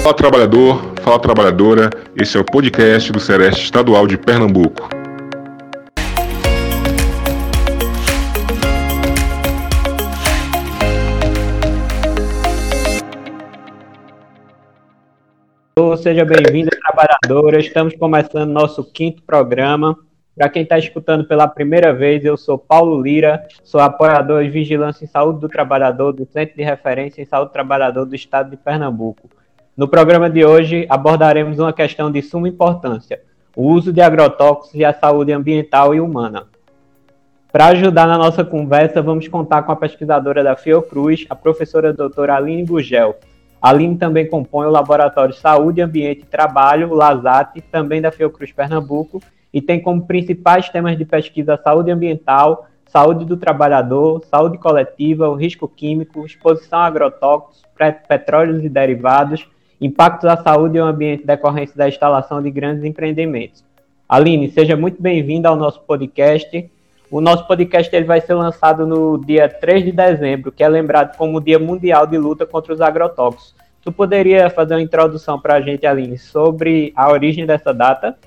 Fala trabalhador, fala trabalhadora, esse é o podcast do Sereste Estadual de Pernambuco. Seja bem-vindo, trabalhadora. Estamos começando nosso 5º programa. Para quem está escutando pela primeira vez, eu sou Paulo Lira, sou apoiador de Vigilância em Saúde do Trabalhador do Centro de Referência em Saúde do Trabalhador do Estado de Pernambuco. No programa de hoje, abordaremos uma questão de suma importância, o uso de agrotóxicos e a saúde ambiental e humana. Para ajudar na nossa conversa, vamos contar com a pesquisadora da Fiocruz, a professora doutora Aline Gugel. A Aline também compõe o Laboratório Saúde, Ambiente e Trabalho, o LASAT, também da Fiocruz Pernambuco, e tem como principais temas de pesquisa a saúde ambiental, saúde do trabalhador, saúde coletiva, o risco químico, exposição a agrotóxicos, petróleos e derivados, impactos à saúde e ao ambiente decorrência da instalação de grandes empreendimentos. Aline, seja muito bem-vinda ao nosso podcast. O nosso podcast ele vai ser lançado no dia 3 de dezembro, que é lembrado como o Dia Mundial de Luta contra os Agrotóxicos. Tu poderia fazer uma introdução para a gente, Aline, sobre a origem dessa data?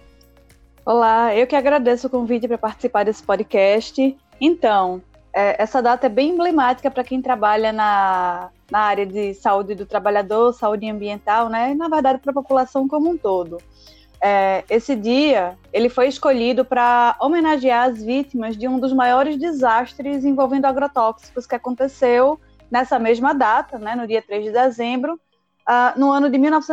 Olá, eu que agradeço o convite para participar desse podcast. Então, essa data é bem emblemática para quem trabalha na área de saúde do trabalhador, saúde ambiental, né? E, na verdade, para a população como um todo. Esse dia ele foi escolhido para homenagear as vítimas de um dos maiores desastres envolvendo agrotóxicos que aconteceu nessa mesma data, né, no dia 3 de dezembro, no ano de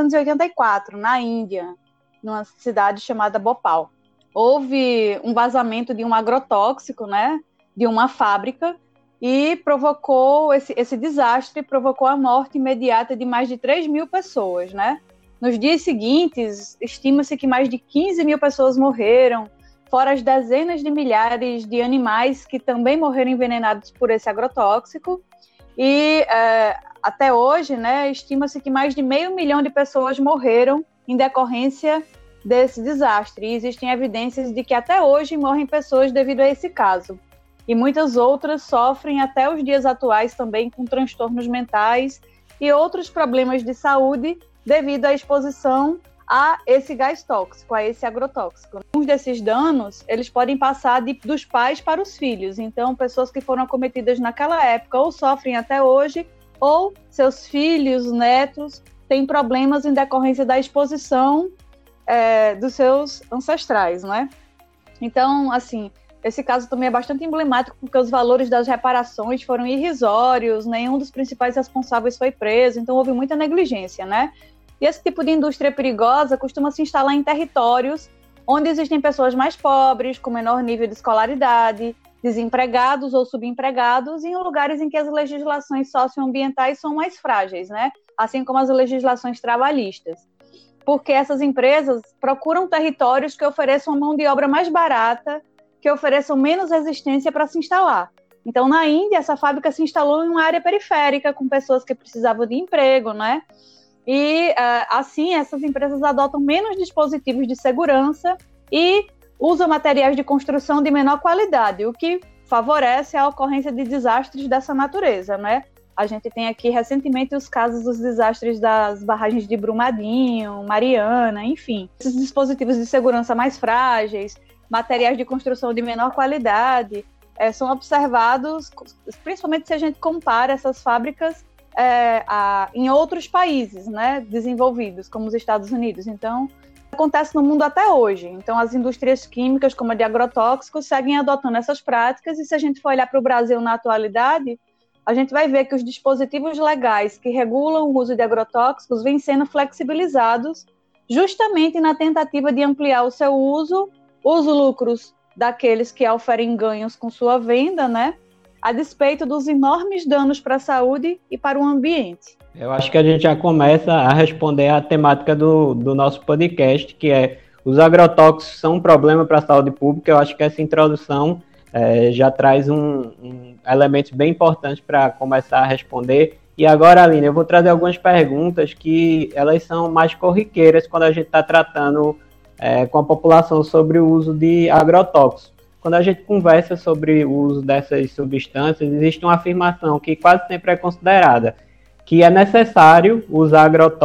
1984, na Índia, numa cidade chamada Bhopal. Houve um vazamento de um agrotóxico, né, de uma fábrica, e provocou esse desastre, provocou a morte imediata de mais de 3 mil pessoas, né? Nos dias seguintes, estima-se que mais de 15 mil pessoas morreram, fora as dezenas de milhares de animais que também morreram envenenados por esse agrotóxico. E até hoje, né, estima-se que mais de 500 mil de pessoas morreram em decorrência desse desastre. E existem evidências de que até hoje morrem pessoas devido a esse caso. E muitas outras sofrem até os dias atuais também com transtornos mentais e outros problemas de saúde devido à exposição a esse gás tóxico, a esse agrotóxico. Alguns desses danos, eles podem passar dos pais para os filhos. Então, pessoas que foram acometidas naquela época ou sofrem até hoje, ou seus filhos, netos, têm problemas em decorrência da exposição dos seus ancestrais, né? Então, assim, esse caso também é bastante emblemático porque os valores das reparações foram irrisórios, nenhum dos principais responsáveis foi preso, então houve muita negligência, né? E esse tipo de indústria perigosa costuma se instalar em territórios onde existem pessoas mais pobres, com menor nível de escolaridade, desempregados ou subempregados, e em lugares em que as legislações socioambientais são mais frágeis, né? Assim como as legislações trabalhistas. Porque essas empresas procuram territórios que ofereçam mão de obra mais barata, que ofereçam menos resistência para se instalar. Então, na Índia, essa fábrica se instalou em uma área periférica, com pessoas que precisavam de emprego, né? E, assim, essas empresas adotam menos dispositivos de segurança e usam materiais de construção de menor qualidade, o que favorece a ocorrência de desastres dessa natureza, né? A gente tem aqui, recentemente, os casos dos desastres das barragens de Brumadinho, Mariana, enfim. Esses dispositivos de segurança mais frágeis, materiais de construção de menor qualidade, são observados, principalmente se a gente compara essas fábricas em outros países, né, desenvolvidos, como os Estados Unidos. Então, acontece no mundo até hoje. Então, as indústrias químicas, como a de agrotóxicos, seguem adotando essas práticas, e se a gente for olhar para o Brasil na atualidade, a gente vai ver que os dispositivos legais que regulam o uso de agrotóxicos vêm sendo flexibilizados justamente na tentativa de ampliar o seu uso, os lucros daqueles que oferem ganhos com sua venda, né, a despeito dos enormes danos para a saúde e para o ambiente. Eu acho que a gente já começa a responder à temática do nosso podcast, que é os agrotóxicos são um problema para a saúde pública. Eu acho que essa introdução já traz elementos bem importantes para começar a responder. E agora, Aline, eu vou trazer algumas perguntas que elas são mais corriqueiras quando a gente está tratando com a população sobre o uso de agrotóxicos. Quando a gente conversa sobre o uso dessas substâncias, existe uma afirmação que quase sempre é considerada, que é necessário usar agrotóxicos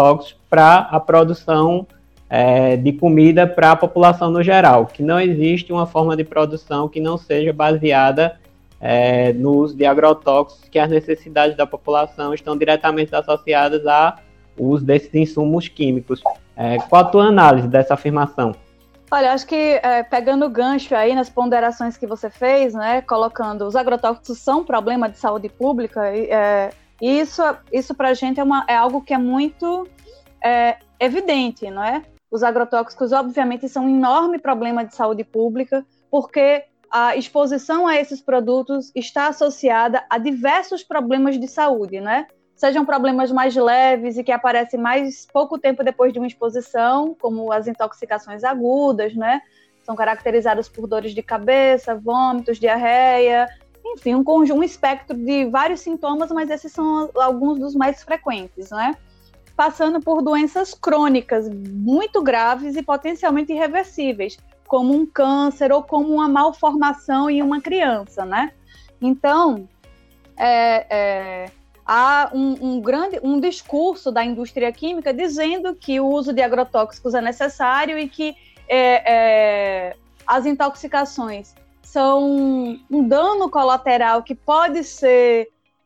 para a produção de comida para a população no geral, que não existe uma forma de produção que não seja baseada no uso de agrotóxicos, que as necessidades da população estão diretamente associadas ao uso desses insumos químicos. Qual a tua análise dessa afirmação? Olha, acho que pegando o gancho aí nas ponderações que você fez, né, colocando os agrotóxicos são um problema de saúde pública, isso para a gente é algo que é muito evidente, não é? Os agrotóxicos, obviamente, são um enorme problema de saúde pública, porque a exposição a esses produtos está associada a diversos problemas de saúde, né? Sejam problemas mais leves e que aparecem mais pouco tempo depois de uma exposição, como as intoxicações agudas, né? São caracterizadas por dores de cabeça, vômitos, diarreia, enfim, um espectro de vários sintomas, mas esses são alguns dos mais frequentes, né? Passando por doenças crônicas muito graves e potencialmente irreversíveis, como um câncer ou como uma malformação em uma criança, né? Então, há um discurso da indústria química dizendo que o uso de agrotóxicos é necessário e que as intoxicações são um dano colateral que pode ser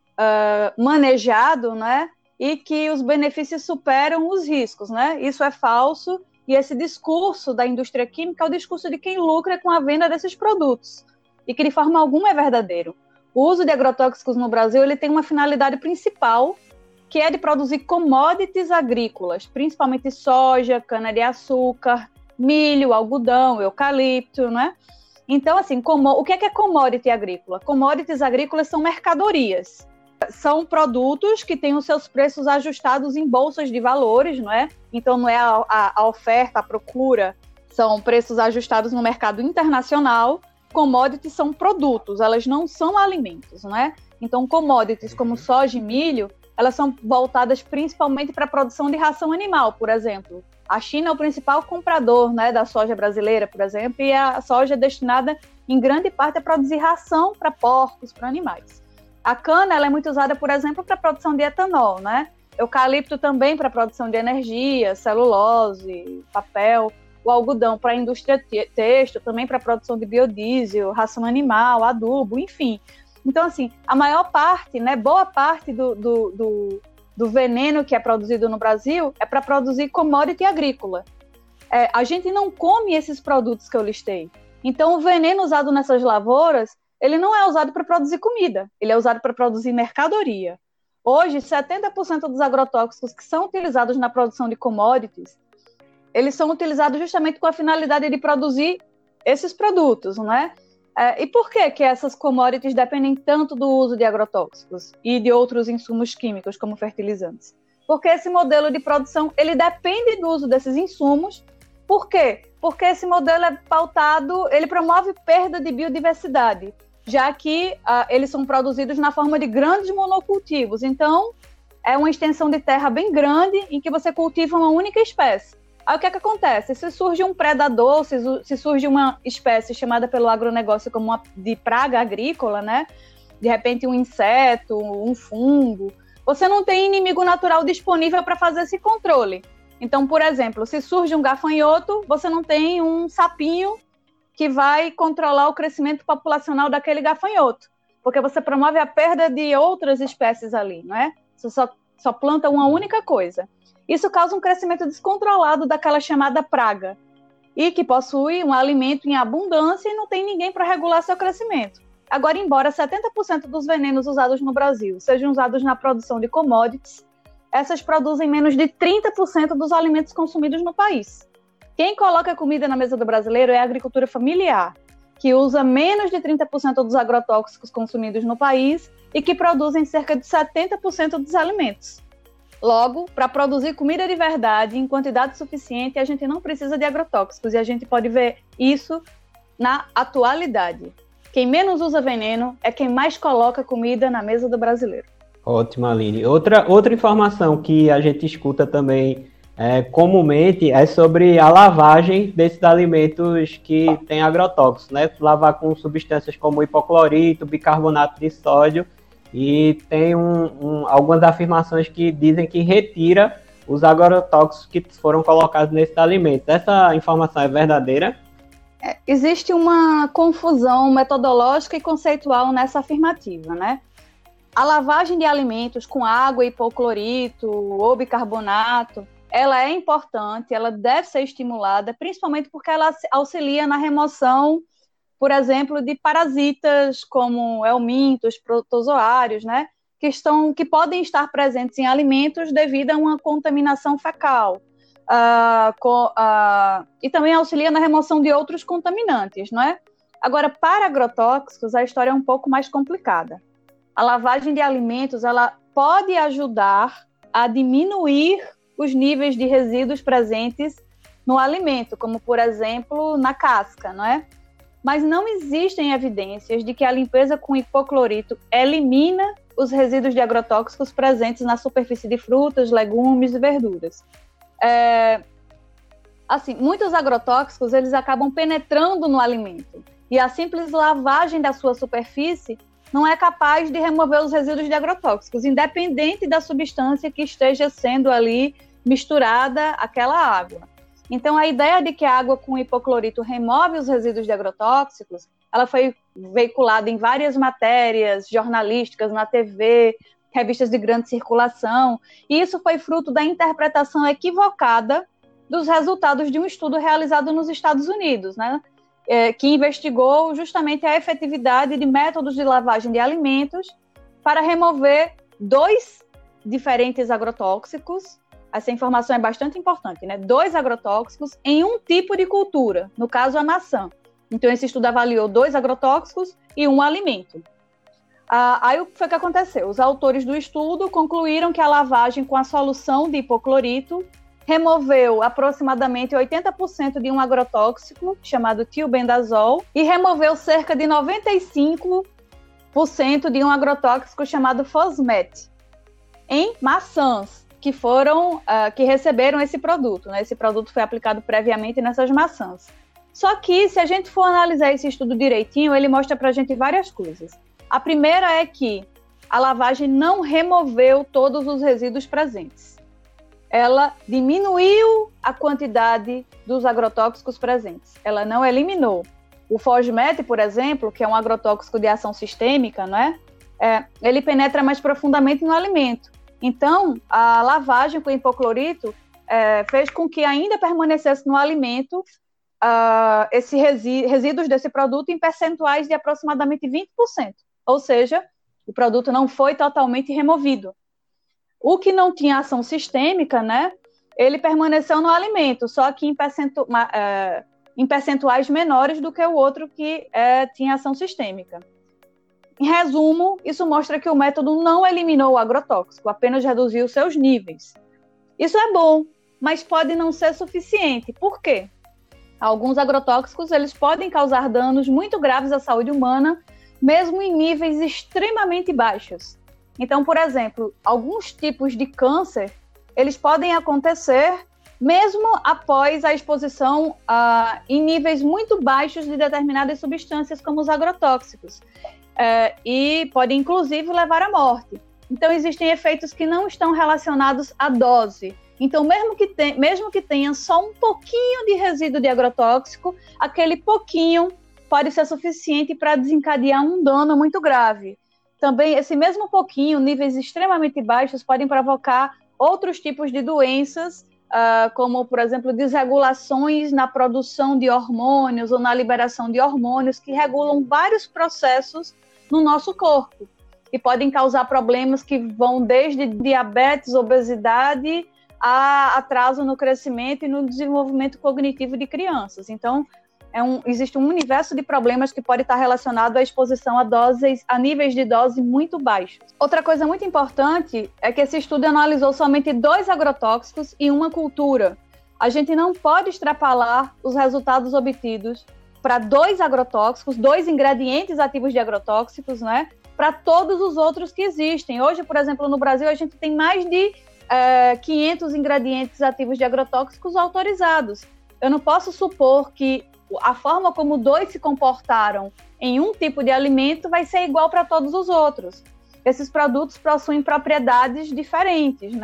manejado, né? E que os benefícios superam os riscos, né? Isso é falso, e esse discurso da indústria química é o discurso de quem lucra com a venda desses produtos, e que de forma alguma é verdadeiro. O uso de agrotóxicos no Brasil ele tem uma finalidade principal, que é de produzir commodities agrícolas, principalmente soja, cana-de-açúcar, milho, algodão, eucalipto, né? Então, assim, o que é commodity agrícola? Commodities agrícolas são mercadorias. São produtos que têm os seus preços ajustados em bolsas de valores, não é? Então, não é a oferta, a procura, são preços ajustados no mercado internacional. Commodities são produtos, elas não são alimentos, não é? Então, commodities como soja e milho, elas são voltadas principalmente para a produção de ração animal, por exemplo. A China é o principal comprador, né, da soja brasileira, por exemplo, e a soja é destinada, em grande parte, a produzir ração para porcos, para animais. A cana ela é muito usada, por exemplo, para a produção de etanol, né? Eucalipto também para a produção de energia, celulose, papel. O algodão para a indústria têxtil, também para a produção de biodiesel, ração animal, adubo, enfim. Então, assim, a maior parte, né, boa parte do veneno que é produzido no Brasil é para produzir commodity agrícola. A gente não come esses produtos que eu listei. Então, o veneno usado nessas lavouras, ele não é usado para produzir comida, ele é usado para produzir mercadoria. Hoje, 70% dos agrotóxicos que são utilizados na produção de commodities, eles são utilizados justamente com a finalidade de produzir esses produtos, né? E por que essas commodities dependem tanto do uso de agrotóxicos e de outros insumos químicos, como fertilizantes? Porque esse modelo de produção, ele depende do uso desses insumos. Por quê? Porque esse modelo é pautado, ele promove perda de biodiversidade, já que eles são produzidos na forma de grandes monocultivos. Então, é uma extensão de terra bem grande em que você cultiva uma única espécie. Aí o que acontece? Se surge um predador, se surge uma espécie chamada pelo agronegócio como uma de praga agrícola, né? De repente um inseto, um fungo, você não tem inimigo natural disponível para fazer esse controle. Então, por exemplo, se surge um gafanhoto, você não tem um sapinho que vai controlar o crescimento populacional daquele gafanhoto, porque você promove a perda de outras espécies ali, não é? Você só planta uma única coisa. Isso causa um crescimento descontrolado daquela chamada praga, e que possui um alimento em abundância e não tem ninguém para regular seu crescimento. Agora, embora 70% dos venenos usados no Brasil sejam usados na produção de commodities, essas produzem menos de 30% dos alimentos consumidos no país. Quem coloca comida na mesa do brasileiro é a agricultura familiar, que usa menos de 30% dos agrotóxicos consumidos no país e que produzem cerca de 70% dos alimentos. Logo, para produzir comida de verdade em quantidade suficiente, a gente não precisa de agrotóxicos, e a gente pode ver isso na atualidade. Quem menos usa veneno é quem mais coloca comida na mesa do brasileiro. Ótimo, Aline. Outra informação que a gente escuta também comumente é sobre a lavagem desses alimentos que têm agrotóxicos, né? Lavar com substâncias como hipoclorito, bicarbonato de sódio, e tem algumas afirmações que dizem que retira os agrotóxicos que foram colocados nesses alimentos. Essa informação é verdadeira? Existe uma confusão metodológica e conceitual nessa afirmativa, né? A lavagem de alimentos com água, hipoclorito ou bicarbonato, ela é importante, ela deve ser estimulada, principalmente porque ela auxilia na remoção, por exemplo, de parasitas como helmintos, protozoários, né? Que podem estar presentes em alimentos devido a uma contaminação fecal. E também auxilia na remoção de outros contaminantes, não é? Agora, para agrotóxicos, a história é um pouco mais complicada. A lavagem de alimentos, ela pode ajudar a diminuir os níveis de resíduos presentes no alimento, como, por exemplo, na casca, não é? Mas não existem evidências de que a limpeza com hipoclorito elimina os resíduos de agrotóxicos presentes na superfície de frutas, legumes e verduras. Muitos agrotóxicos, eles acabam penetrando no alimento, e a simples lavagem da sua superfície não é capaz de remover os resíduos de agrotóxicos, independente da substância que esteja sendo ali misturada àquela água. Então, a ideia de que a água com hipoclorito remove os resíduos de agrotóxicos, ela foi veiculada em várias matérias jornalísticas, na TV, revistas de grande circulação, e isso foi fruto da interpretação equivocada dos resultados de um estudo realizado nos Estados Unidos, né? Que investigou justamente a efetividade de métodos de lavagem de alimentos para remover 2 diferentes agrotóxicos. Essa informação é bastante importante, né? 2 agrotóxicos em um tipo de cultura, no caso a maçã. Então, esse estudo avaliou 2 agrotóxicos e um alimento. Aí, o que foi que aconteceu? Os autores do estudo concluíram que a lavagem com a solução de hipoclorito removeu aproximadamente 80% de um agrotóxico chamado tiobendazol e removeu cerca de 95% de um agrotóxico chamado fosmet em maçãs que receberam esse produto, né? Esse produto foi aplicado previamente nessas maçãs. Só que, se a gente for analisar esse estudo direitinho, ele mostra pra gente várias coisas. A primeira é que a lavagem não removeu todos os resíduos presentes. Ela diminuiu a quantidade dos agrotóxicos presentes. Ela não eliminou. O fosmet, por exemplo, que é um agrotóxico de ação sistêmica, não é? Ele penetra mais profundamente no alimento. Então, a lavagem com hipoclorito fez com que ainda permanecesse no alimento esses resíduos desse produto em percentuais de aproximadamente 20%. Ou seja, o produto não foi totalmente removido. O que não tinha ação sistêmica, né, ele permaneceu no alimento, só que em percentuais menores do que o outro que tinha ação sistêmica. Em resumo, isso mostra que o método não eliminou o agrotóxico, apenas reduziu seus níveis. Isso é bom, mas pode não ser suficiente. Por quê? Alguns agrotóxicos eles podem causar danos muito graves à saúde humana, mesmo em níveis extremamente baixos. Então, por exemplo, alguns tipos de câncer, eles podem acontecer mesmo após a exposição em níveis muito baixos de determinadas substâncias, como os agrotóxicos, e podem, inclusive, levar à morte. Então, existem efeitos que não estão relacionados à dose. Então, mesmo que tenha só um pouquinho de resíduo de agrotóxico, aquele pouquinho pode ser suficiente para desencadear um dano muito grave. Também, esse mesmo pouquinho, níveis extremamente baixos, podem provocar outros tipos de doenças, como, por exemplo, desregulações na produção de hormônios ou na liberação de hormônios que regulam vários processos no nosso corpo e podem causar problemas que vão desde diabetes, obesidade, a atraso no crescimento e no desenvolvimento cognitivo de crianças. Então, existe um universo de problemas que pode estar relacionado à exposição a níveis de dose muito baixos. Outra coisa muito importante é que esse estudo analisou somente 2 agrotóxicos e uma cultura. A gente não pode extrapolar os resultados obtidos para 2 agrotóxicos, 2 ingredientes ativos de agrotóxicos, né, para todos os outros que existem. Hoje, por exemplo, no Brasil, a gente tem mais de 500 ingredientes ativos de agrotóxicos autorizados. Eu não posso supor que a forma como 2 se comportaram em um tipo de alimento vai ser igual para todos os outros. Esses produtos possuem propriedades diferentes, né?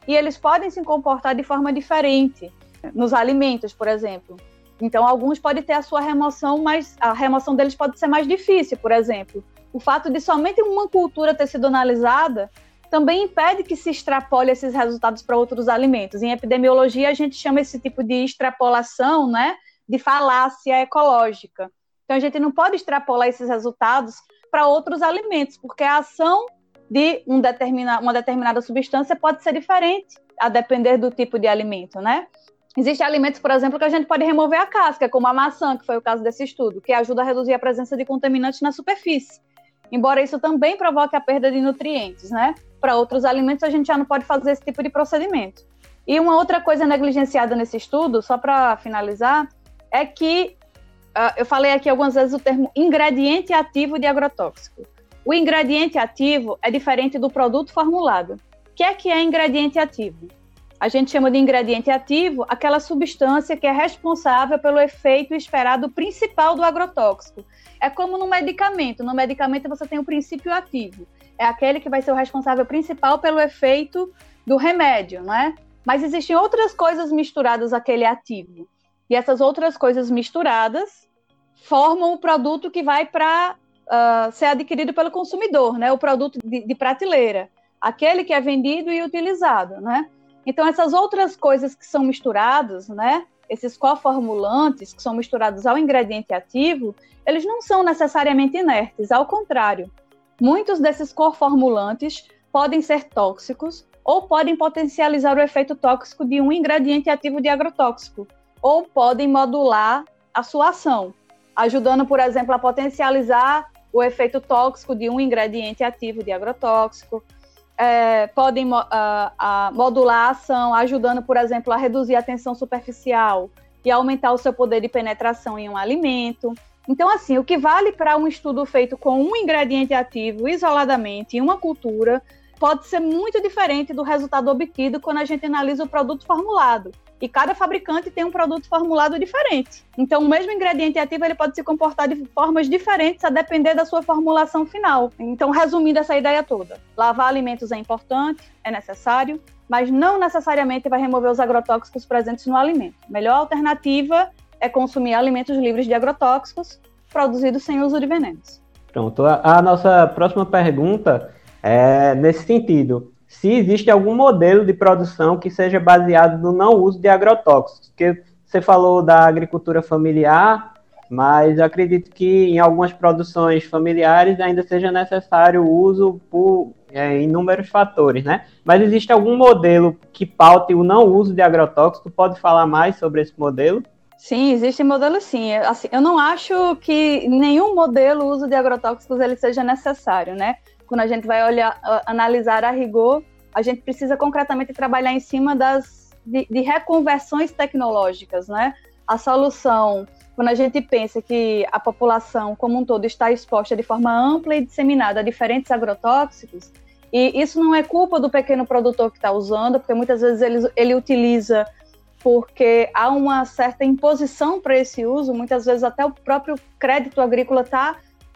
e eles podem se comportar de forma diferente nos alimentos, por exemplo. Então, alguns podem ter a sua remoção, mas a remoção deles pode ser mais difícil, por exemplo. O fato de somente uma cultura ter sido analisada também impede que se extrapole esses resultados para outros alimentos. Em epidemiologia, a gente chama esse tipo de extrapolação, né, de falácia ecológica. Então, a gente não pode extrapolar esses resultados para outros alimentos, porque a ação de uma determinada substância pode ser diferente, a depender do tipo de alimento, né? Existem alimentos, por exemplo, que a gente pode remover a casca, como a maçã, que foi o caso desse estudo, que ajuda a reduzir a presença de contaminantes na superfície. Embora isso também provoque a perda de nutrientes, né? Para outros alimentos, a gente já não pode fazer esse tipo de procedimento. E uma outra coisa negligenciada nesse estudo, só para finalizar, é que eu falei aqui algumas vezes o termo ingrediente ativo de agrotóxico. O ingrediente ativo é diferente do produto formulado. O que é ingrediente ativo? A gente chama de ingrediente ativo aquela substância que é responsável pelo efeito esperado principal do agrotóxico. É como no medicamento. No medicamento você tem o princípio ativo. É aquele que vai ser o responsável principal pelo efeito do remédio, né? Mas existem outras coisas misturadas àquele ativo. E essas outras coisas misturadas formam o produto que vai para ser adquirido pelo consumidor, né? O produto de prateleira. Aquele que é vendido e utilizado, né? Então, essas outras coisas que são misturadas, né? Esses coformulantes que são misturados ao ingrediente ativo, eles não são necessariamente inertes, ao contrário. Muitos desses coformulantes podem ser tóxicos ou podem potencializar o efeito tóxico de um ingrediente ativo de agrotóxico, ou podem modular a sua ação, ajudando, por exemplo, a potencializar o efeito tóxico de um ingrediente ativo de agrotóxico, podem modular a ação, ajudando, por exemplo, a reduzir a tensão superficial e aumentar o seu poder de penetração em um alimento. Então, assim, o que vale para um estudo feito com um ingrediente ativo isoladamente em uma cultura pode ser muito diferente do resultado obtido quando a gente analisa o produto formulado. E cada fabricante tem um produto formulado diferente. Então, o mesmo ingrediente ativo ele pode se comportar de formas diferentes a depender da sua formulação final. Então, resumindo essa ideia toda, lavar alimentos é importante, é necessário, mas não necessariamente vai remover os agrotóxicos presentes no alimento. A melhor alternativa é consumir alimentos livres de agrotóxicos, produzidos sem uso de venenos. Pronto, a nossa próxima pergunta é nesse sentido. Se existe algum modelo de produção que seja baseado no não uso de agrotóxicos, porque você falou da agricultura familiar, mas eu acredito que em algumas produções familiares ainda seja necessário o uso por inúmeros fatores, né? Mas existe algum modelo que paute o não uso de agrotóxicos? Pode falar mais sobre esse modelo? Sim, existe modelo sim. Assim, eu não acho que nenhum modelo uso de agrotóxicos ele seja necessário, né? Quando a gente vai analisar a rigor, a gente precisa concretamente trabalhar em cima de reconversões tecnológicas, né? A solução, quando a gente pensa que a população como um todo está exposta de forma ampla e disseminada a diferentes agrotóxicos, e isso não é culpa do pequeno produtor que está usando, porque muitas vezes ele utiliza porque há uma certa imposição para esse uso, muitas vezes até o próprio crédito agrícola está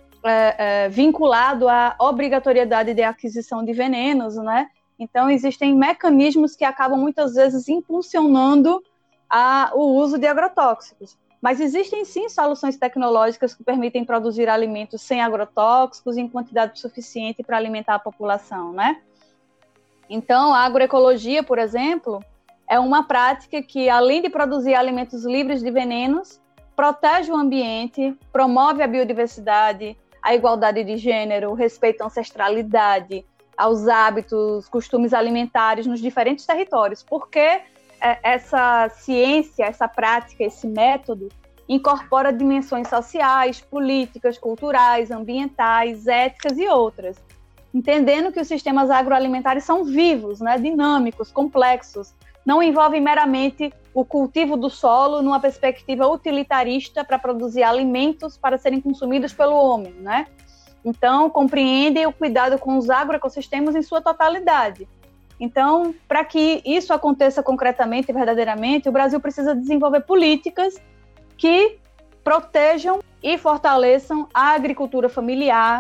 vinculado à obrigatoriedade de aquisição de venenos, né? Então, existem mecanismos que acabam muitas vezes impulsionando o uso de agrotóxicos. Mas existem sim soluções tecnológicas que permitem produzir alimentos sem agrotóxicos em quantidade suficiente para alimentar a população, né? Então, a agroecologia, por exemplo, é uma prática que, além de produzir alimentos livres de venenos, protege o ambiente, promove a biodiversidade, a igualdade de gênero, o respeito à ancestralidade, aos hábitos, costumes alimentares nos diferentes territórios, porque essa ciência, essa prática, esse método incorpora dimensões sociais, políticas, culturais, ambientais, éticas e outras, entendendo que os sistemas agroalimentares são vivos, né, dinâmicos, complexos, não envolvem meramente o cultivo do solo numa perspectiva utilitarista para produzir alimentos para serem consumidos pelo homem, né? Então, compreendem o cuidado com os agroecossistemas em sua totalidade. Então, para que isso aconteça concretamente e verdadeiramente, o Brasil precisa desenvolver políticas que protejam e fortaleçam a agricultura familiar,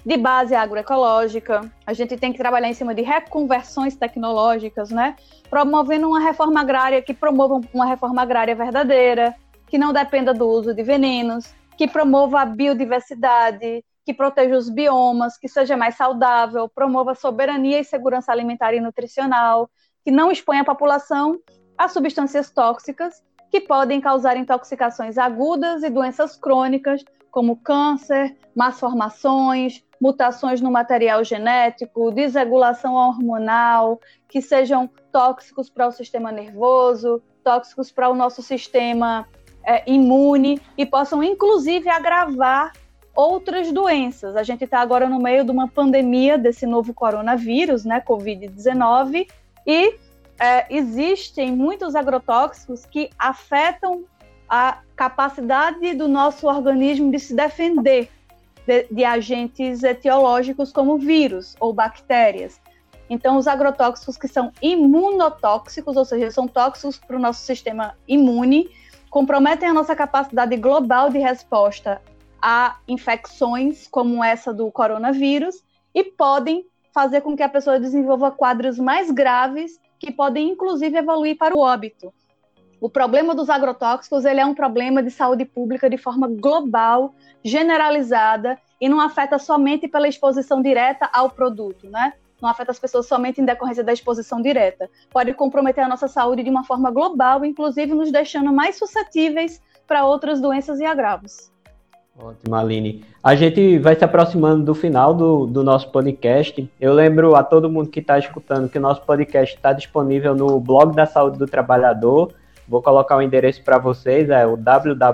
de base agroecológica, a gente tem que trabalhar em cima de reconversões tecnológicas, né? Promovendo uma reforma agrária que promova uma reforma agrária verdadeira, que não dependa do uso de venenos, que promova a biodiversidade, que proteja os biomas, que seja mais saudável, promova soberania e segurança alimentar e nutricional, que não exponha a população a substâncias tóxicas que podem causar intoxicações agudas e doenças crônicas, como câncer, más formações, mutações no material genético, desregulação hormonal, que sejam tóxicos para o sistema nervoso, tóxicos para o nosso sistema imune e possam, inclusive, agravar outras doenças. A gente está agora no meio de uma pandemia desse novo coronavírus, né, Covid-19, e existem muitos agrotóxicos que afetam a capacidade do nosso organismo de se defender de agentes etiológicos como vírus ou bactérias. Então, os agrotóxicos que são imunotóxicos, ou seja, são tóxicos para o nosso sistema imune, comprometem a nossa capacidade global de resposta a infecções como essa do coronavírus e podem fazer com que a pessoa desenvolva quadros mais graves que podem, inclusive, evoluir para o óbito. O problema dos agrotóxicos ele é um problema de saúde pública de forma global, generalizada, e não afeta somente pela exposição direta ao produto, né? Não afeta as pessoas somente em decorrência da exposição direta. Pode comprometer a nossa saúde de uma forma global, inclusive nos deixando mais suscetíveis para outras doenças e agravos. Ótimo, Aline. A gente vai se aproximando do final do nosso podcast. Eu lembro a todo mundo que está escutando que o nosso podcast está disponível no blog da Saúde do Trabalhador. Vou colocar o endereço para vocês, é o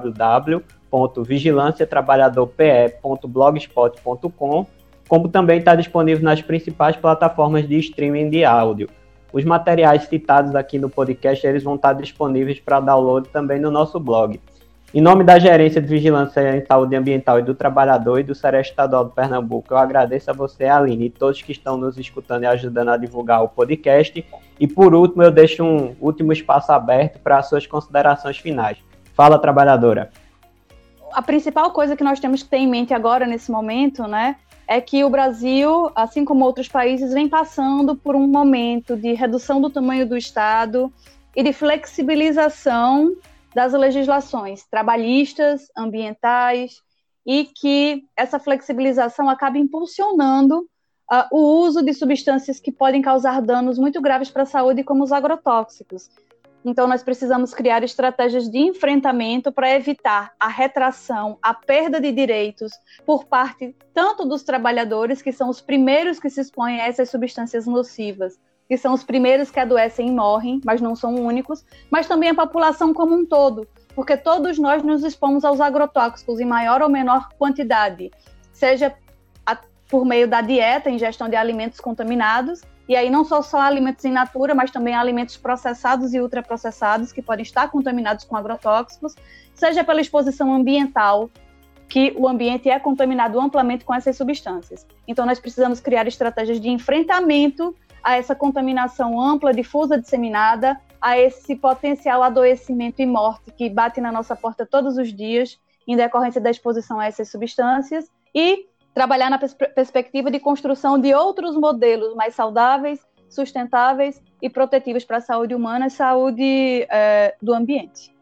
www.vigilanciatrabalhadorpe.blogspot.com, como também está disponível nas principais plataformas de streaming de áudio. Os materiais citados aqui no podcast eles vão estar disponíveis para download também no nosso blog. Em nome da Gerência de Vigilância em Saúde Ambiental e do Trabalhador e do SEREST Estadual do Pernambuco, eu agradeço a você, Aline, e todos que estão nos escutando e ajudando a divulgar o podcast. E por último, eu deixo um último espaço aberto para as suas considerações finais. Fala, trabalhadora. A principal coisa que nós temos que ter em mente agora, nesse momento, né, é que o Brasil, assim como outros países, vem passando por um momento de redução do tamanho do Estado e de flexibilização das legislações trabalhistas, ambientais, e que essa flexibilização acaba impulsionando o uso de substâncias que podem causar danos muito graves para a saúde, como os agrotóxicos. Então, nós precisamos criar estratégias de enfrentamento para evitar a retração, a perda de direitos por parte tanto dos trabalhadores, que são os primeiros que se expõem a essas substâncias nocivas, que são os primeiros que adoecem e morrem, mas não são únicos, mas também a população como um todo, porque todos nós nos expomos aos agrotóxicos em maior ou menor quantidade, seja por meio da dieta, ingestão de alimentos contaminados, e aí não só alimentos in natura, mas também alimentos processados e ultraprocessados, que podem estar contaminados com agrotóxicos, seja pela exposição ambiental, que o ambiente é contaminado amplamente com essas substâncias. Então, nós precisamos criar estratégias de enfrentamento a essa contaminação ampla, difusa, disseminada, a esse potencial adoecimento e morte que bate na nossa porta todos os dias, em decorrência da exposição a essas substâncias, e trabalhar na perspectiva de construção de outros modelos mais saudáveis, sustentáveis e protetivos para a saúde humana e saúde do ambiente.